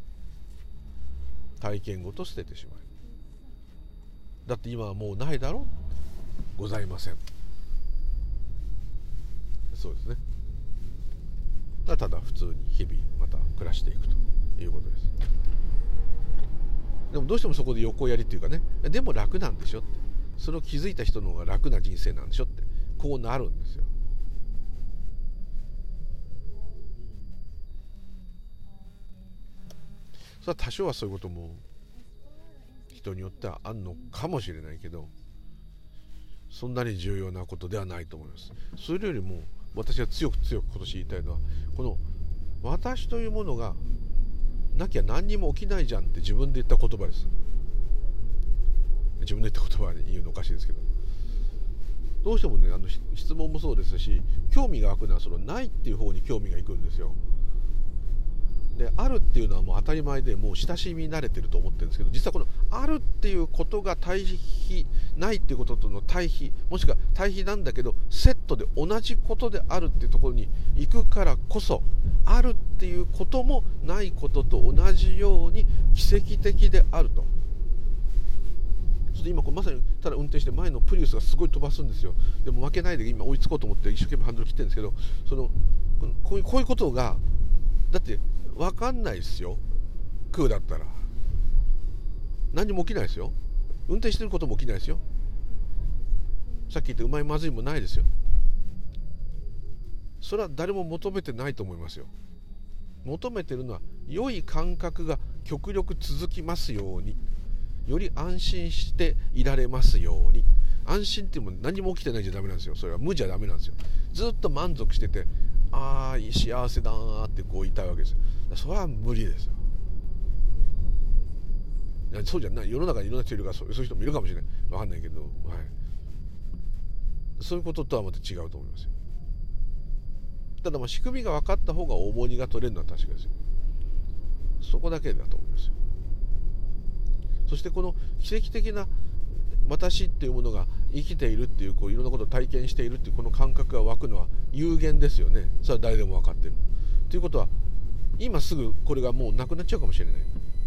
体験ごと捨ててしまえ、だって今はもうないだろう、ございません。そうですね。ただ普通に日々また暮らしていくということです。でもどうしてもそこで横やりっていうかね、でも楽なんでしょって、それを気づいた人の方が楽な人生なんでしょって、こうなるんですよ。それは多少はそういうことも人によってはあるのかもしれないけど、そんなに重要なことではないと思います。それよりも私が強く今年言いたいのは、この私というものがなきゃ何にも起きないじゃんって自分で言った言葉です。自分で言った言葉に言うのおかしいですけど、どうしてもね、質問もそうですし、興味が湧くのはそのないっていう方に興味がいくんですよ。であるっていうのはもう当たり前で、もう親しみ慣れてると思ってるんですけど、実はこのあるっていうことが対比、ないっていうこととの対比、もしくは対比なんだけどセットで同じことであるっていうところに行くからこそ、あるっていうこともないことと同じように奇跡的であると。そして今まさにただ運転して前のプリウスがすごい飛ばすんですよ。でも負けないで今追いつこうと思って一生懸命ハンドル切ってるんですけど、こういうことがだって分かんないですよ。空だったら何も起きないですよ。運転してることも起きないですよ。さっき言ったうまいまずいもないですよ。それは誰も求めてないと思いますよ。求めてるのは良い感覚が極力続きますように、より安心していられますように。安心っていうのも何も起きてないじゃダメなんですよ。それは無じゃダメなんですよ。ずっと満足してて、ああ幸せだーってこう言いたいわけですよ。それは無理ですよ。そうじゃない、世の中にいろんな人いるから、そういう人もいるかもしれない、分かんないけど、はい、そういうこととはまた違うと思いますよ。ただ仕組みが分かった方が重荷が取れるのは確かですよ。そこだけだと思いますよ。そしてこの奇跡的な私っていうものが生きているっていう、こういろんなことを体験しているっていうこの感覚が湧くのは有限ですよね。それは誰でも分かってるということは、今すぐこれがもうなくなっちゃうかもしれない。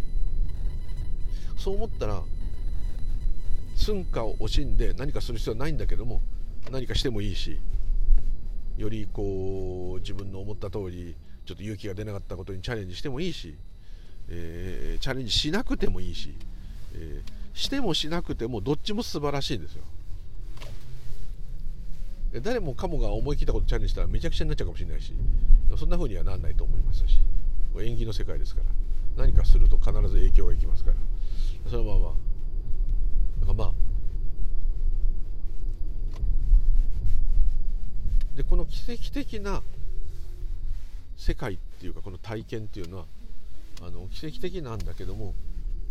そう思ったら寸暇を惜しんで何かする必要はないんだけども、何かしてもいいし、よりこう自分の思った通りちょっと勇気が出なかったことにチャレンジしてもいいし、チャレンジしなくてもいいし、してもしなくてもどっちも素晴らしいんですよ。誰もかもが思い切ったことチャレンジしたらめちゃくちゃになっちゃうかもしれないし、そんな風にはなんないと思いますし、縁起の世界ですから、何かすると必ず影響がいきますから、そのままでこの奇跡的な世界っていうか、この体験っていうのは奇跡的なんだけども、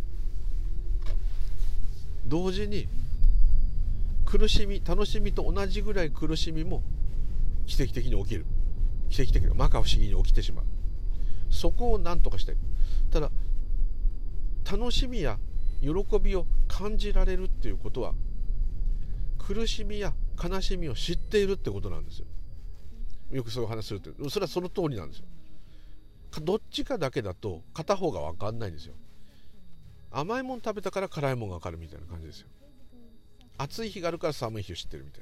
同時に苦しみ楽しみと同じぐらい苦しみも奇跡的に起きる、奇跡的な摩訶不思議に起きてしまう。そこを何とかしたい。ただ楽しみや喜びを感じられるっていうことは、苦しみや悲しみを知っているってことなんですよ。よくそういう話するって、それはその通りなんですよ。どっちかだけだと片方が分かんないんですよ。甘いもの食べたから辛いものが分かるみたいな感じですよ。暑い日があるから寒い日を知ってるみたい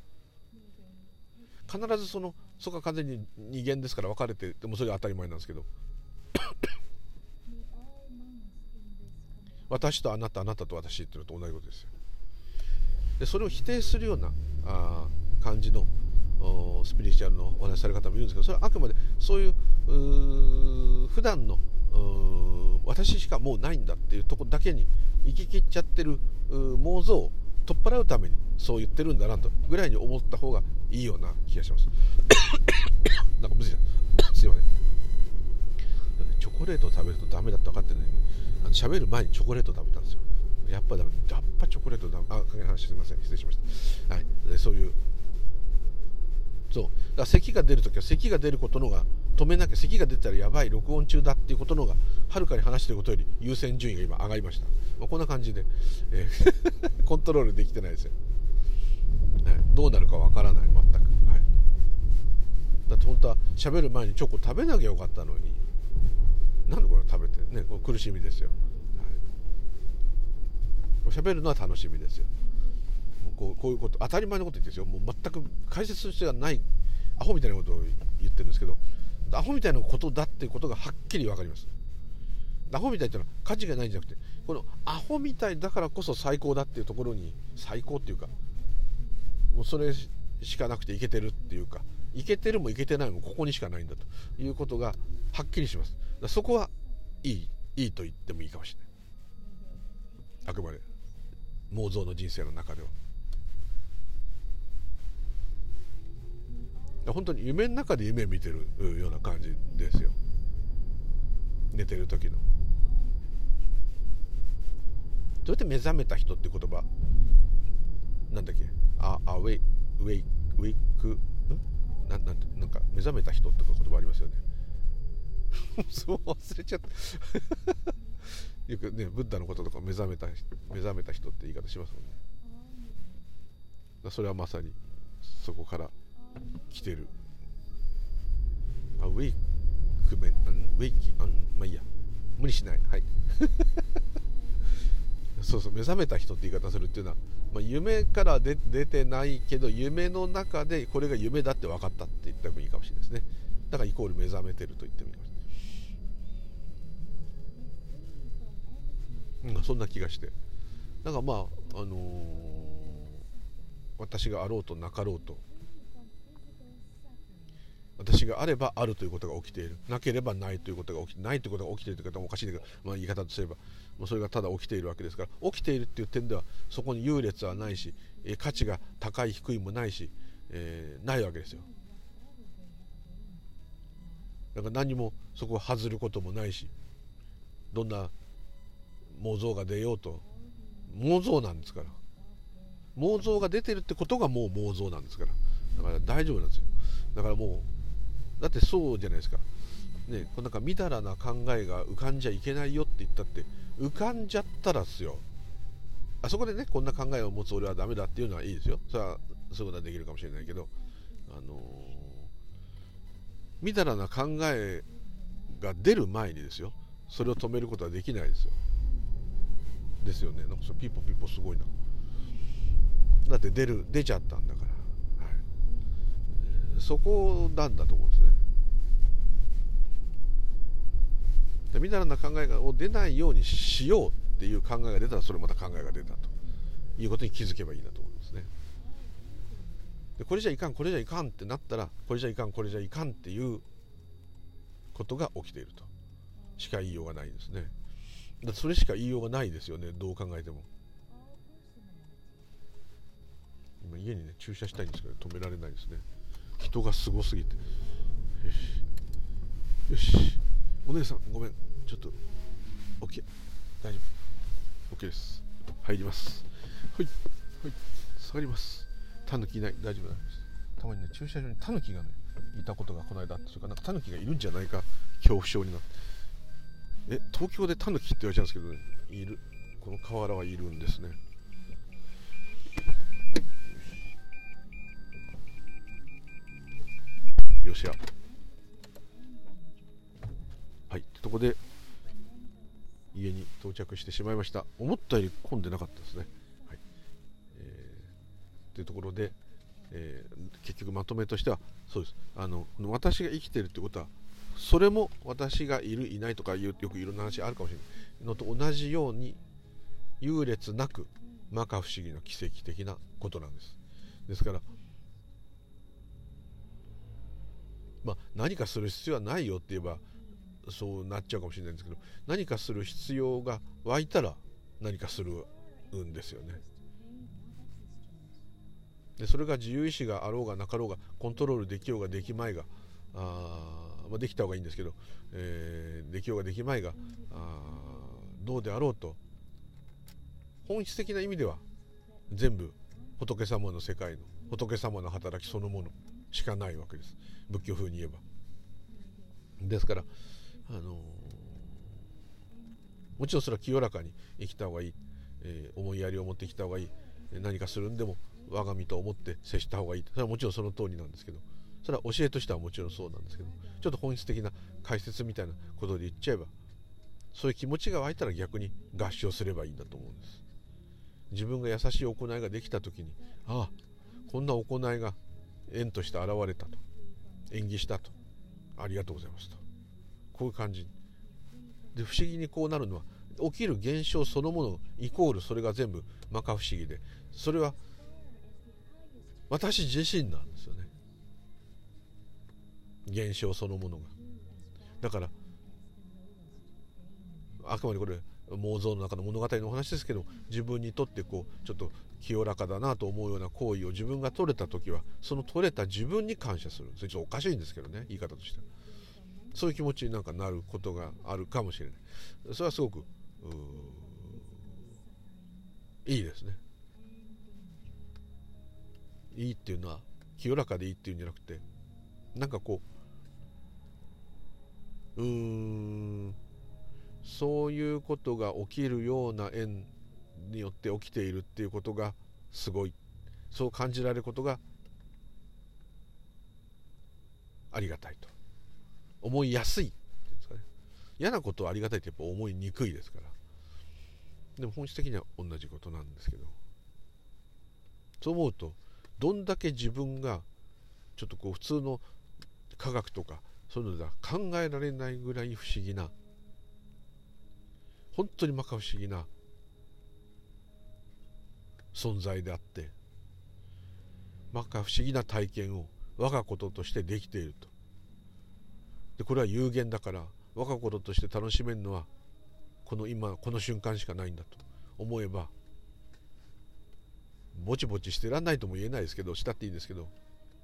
な。必ずそこは完全に二元ですから分かれて、でもそれは当たり前なんですけど私とあなた、あなたと私っていうのと同じことですよ。でそれを否定するような感じのスピリチュアルのお話しされる方もいるんですけど、それはあくまでそういう普段の私しかもうないんだっていうところだけに行き切っちゃってる妄想を取っ払うためにそう言ってるんだなとぐらいに思った方がいいような気がしますなんかむずいじゃんすいません。チョコレートを食べるとダメだって分かってるのに喋る前にチョコレートを食べたんですよ。やっぱダメ、やっぱチョコレートダメ。影の話すいません、失礼しました。はい、そういうだから咳が出るときは咳が出ることのが止めなきゃ、咳が出たらやばい、録音中だっていうことのがはるかに話していることより優先順位が今上がりました。こんな感じで、コントロールできてないですよ、どうなるかわからない、全く、だって本当は喋る前にチョコ食べなきゃよかったのに、なんでこれ食べてね、これ苦しみですよ。喋るのは楽しみですよ。こういうこと当たり前のこと言ってるんですよ。もう全く解説する必要がないアホみたいなことを言ってるんですけど、アホみたいなことだっていうことがはっきり分かります。アホみたいっていうのは価値がないんじゃなくて、このアホみたいだからこそ最高だっていうところに、最高っていうかもうそれしかなくていけてるっていうか、いけてるもいけてないもここにしかないんだということがはっきりします。そこはいいと言ってもいいかもしれない。あくまで妄想の人生の中では本当に夢の中で夢を見てるような感じですよ。寝てる時の。どうやって目覚めた人って言葉なんだっけ、ウェイクなんか目覚めた人って言葉ありますよねそう忘れちゃったよくね、ブッダのこととか目覚めた人って言い方しますもんね。それはまさにそこから来てる。ウェイキまあいいや、無理しない。はいそう目覚めた人って言い方するっていうのは、夢から出てないけど夢の中でこれが夢だって分かったって言ってもいいかもしれないですね。だからイコール目覚めてると言ってもいいかもしれない、そんな気がして、なんか私があろうとなかろうと、私があればあるということが起きている、なければないということが起きてないということが起きているという方もおかしいんだけど、言い方とすればもうそれがただ起きているわけですから、起きているっていう点ではそこに優劣はないし、価値が高い低いもないし、ないわけですよ。だから何もそこを外ることもないし、どんな妄想が出ようと妄想なんですから、妄想が出てるってことがもう妄想なんですから、だから大丈夫なんですよ。だからもうだってそうじゃないですか、ね、なんかみだらな考えが浮かんじゃいけないよって言ったって、浮かんじゃったらっすよ、あそこでね、こんな考えを持つ俺はダメだっていうのはいいですよ。それはそういうことはできるかもしれないけど、みだらな考えが出る前にですよ、それを止めることはできないですよ。ですよね。なんかそれピポピポすごいな。だって出ちゃったんだから、そこなんだと思うんですね。みだらな考えを出ないようにしようっていう考えが出たら、それまた考えが出たということに気づけばいいなと思いますね。でこれじゃいかんこれじゃいかんってなったら、これじゃいかんこれじゃいかんっていうことが起きているとしか言いようがないですね。だってそれしか言いようがないですよね、どう考えても。今家にね駐車したいんですけど止められないですね。 人がすごすぎて、よしよし、お姉さんごめん、ちょっと OK、 大丈夫、 OK です。入ります。はいはい、下がります。タヌキいない、大丈夫です。たまにね、駐車場にタヌキがねいたことがこの間あって、それからなんかタヌキがいるんじゃないか恐怖症になって、東京でタヌキって言われちゃうんですけどね、いる、この河原はいるんですね。よしや、はい、ってとこで家に到着してしまいました。思ったより混んでなかったですね。はい、というところで、結局まとめとしてはそうです。私が生きてるってことは、それも私がいるいないとかよくいろんな話あるかもしれないのと同じように優劣なく摩訶不思議な奇跡的なことなんです。ですから、何かする必要はないよって言えばそうなっちゃうかもしれないんですけど、何かする必要が湧いたら何かするんですよね。でそれが自由意志があろうがなかろうが、コントロールできようができまいが、できた方がいいんですけど、できようができまいがどうであろうと、本質的な意味では全部仏様の世界の仏様の働きそのものしかないわけです、仏教風に言えば。ですからもちろんそれは清らかに生きた方がいい、思いやりを持ってきた方がいい、何かするんでも我が身と思って接した方がいい、それはもちろんその通りなんですけど、それは教えとしてはもちろんそうなんですけど、ちょっと本質的な解説みたいなことで言っちゃえば、そういう気持ちが湧いたら逆に合唱すればいいんだと思うんです。自分が優しい行いができた時に、ああこんな行いが縁として現れたと、縁起したと、ありがとうございますと、こういう感じで、不思議にこうなるのは起きる現象そのものイコールそれが全部摩訶不思議で、それは私自身なんですよね、現象そのものが。だからあくまでこれ妄想の中の物語のお話ですけど、自分にとってこうちょっと清らかだなと思うような行為を自分が取れた時は、その取れた自分に感謝する。それちょっとおかしいんですけどね、言い方としては。そういう気持ちになんかなることがあるかもしれない。それはすごくいいですね。いいっていうのは清らかでいいっていうんじゃなくて、なんかこうそういうことが起きるような縁によって起きているっていうことがすごい、そう感じられることがありがたいと思いやすいっていうんですかね。嫌なことはありがたいってやっぱ思いにくいですから。でも本質的には同じことなんですけど、そう思うとどんだけ自分がちょっとこう普通の科学とかそういうのでは考えられないぐらい不思議な、本当に摩訶不思議な存在であって、摩訶不思議な体験を我がこととしてできていると。でこれは有限だから我がこととして楽しめるのはこの今この瞬間しかないんだと思えば、ぼちぼちしてらんないとも言えないですけど、したっていいんですけど、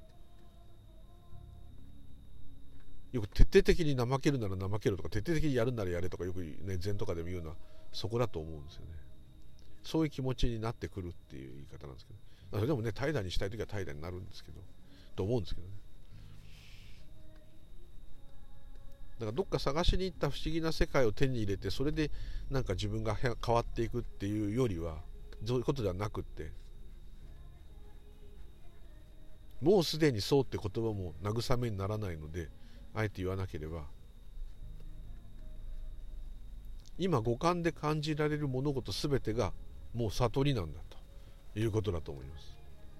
よく徹底的に怠けるなら怠けるとか、徹底的にやるならやれとか、よくね禅とかでも言うのはそこだと思うんですよね。そういう気持ちになってくるっていう言い方なんですけど、それでもね怠惰にしたい時は怠惰になるんですけど、と思うんですけどね。だからどっか探しに行った不思議な世界を手に入れて、それでなんか自分が変わっていくっていうよりは、そういうことではなくって、もうすでにそうって言葉も慰めにならないのであえて言わなければ、今五感で感じられる物事すべてがもう悟りなんだということだと思います。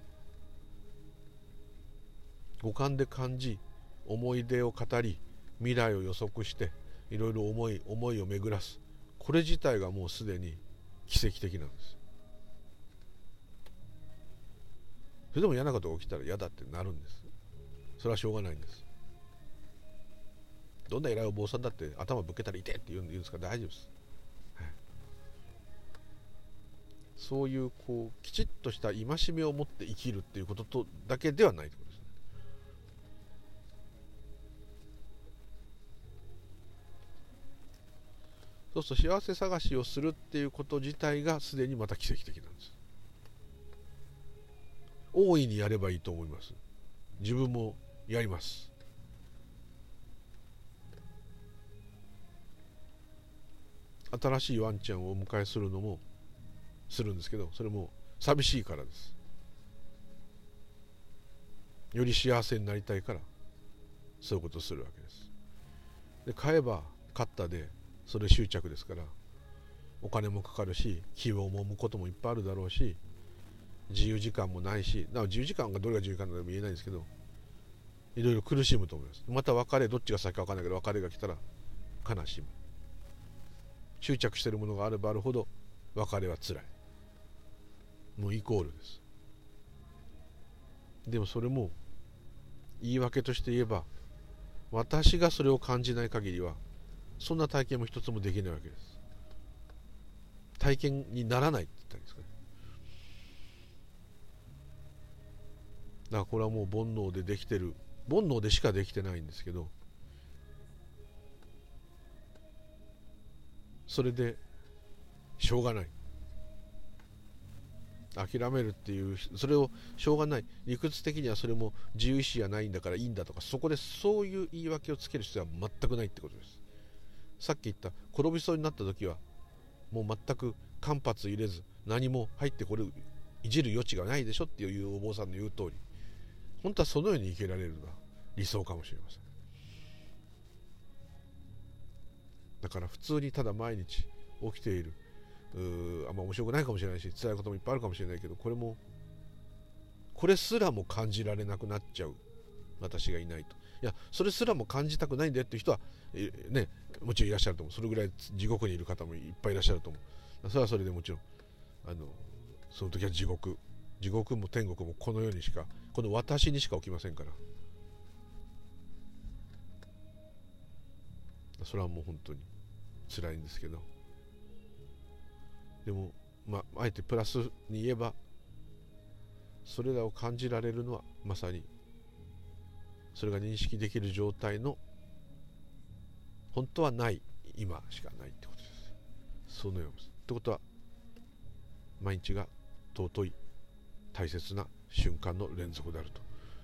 五感で感じ、思い出を語り、未来を予測していろいろ思いを巡らす、これ自体がもうすでに奇跡的なんです。それでも嫌なことが起きたら嫌だってなるんです。それはしょうがないんです。どんな偉いお坊さんだって頭ぶっけたら痛いって言うんですから大丈夫です。そういうこうきちっとした戒めを持って生きるっていうこととだけではないということですね。 そうすると幸せ探しをするっていうこと自体がすでにまた奇跡的なんです。大いにやればいいと思います。自分もやります。新しいワンちゃんをお迎えするのもするんですけど、それも寂しいからです。より幸せになりたいからそういうことをするわけです。で買えば買ったでそれ執着ですから、お金もかかるし気を揉むこともいっぱいあるだろうし、自由時間もないし、自由時間がどれが自由時間なのか言えないんですけど、いろいろ苦しむと思います。また別れ、どっちが先か分からないけど別れが来たら悲しむ。執着しているものがあればあるほど別れはつらい。もうイコールです。でもそれも言い訳として言えば、私がそれを感じない限りはそんな体験も一つもできないわけです。体験にならないって言ったらいいですかね。だからこれはもう煩悩でできてる、煩悩でしかできてないんですけど、それでしょうがない、諦めるっていう、それをしょうがない、理屈的にはそれも自由意志がないんだからいいんだとか、そこでそういう言い訳をつける必要は全くないってことです。さっき言った転びそうになった時はもう全く間髪入れず、何も入ってこれいじる余地がないでしょっていうお坊さんの言う通り、本当はそのように生きられるのが理想かもしれません。だから普通にただ毎日起きている、あんま面白くないかもしれないし辛いこともいっぱいあるかもしれないけど、これすらも感じられなくなっちゃう私がいないと、いやそれすらも感じたくないんだよっていう人は、ね、もちろんいらっしゃると思う。それぐらい地獄にいる方もいっぱいいらっしゃると思う。それはそれでもちろんその時は地獄も天国もこの世にしか、この私にしか起きませんから、それはもう本当に辛いんですけど、でもあえてプラスに言えば、それらを感じられるのはまさにそれが認識できる状態の本当はない今しかないってことです。そのようです。ってことは毎日が尊い大切な瞬間の連続であると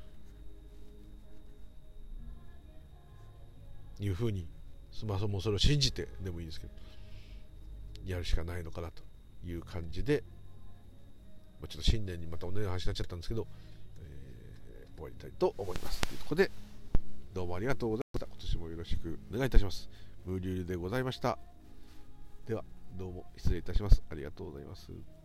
いうふうに、もうそれを信じてでもいいですけどやるしかないのかなという感じで、ちょっと新年にまた同じ話になっちゃったんですけど、終わりたいと思います。というところでどうもありがとうございました。今年もよろしくお願いいたします。無流でございました。ではどうも失礼いたします。ありがとうございます。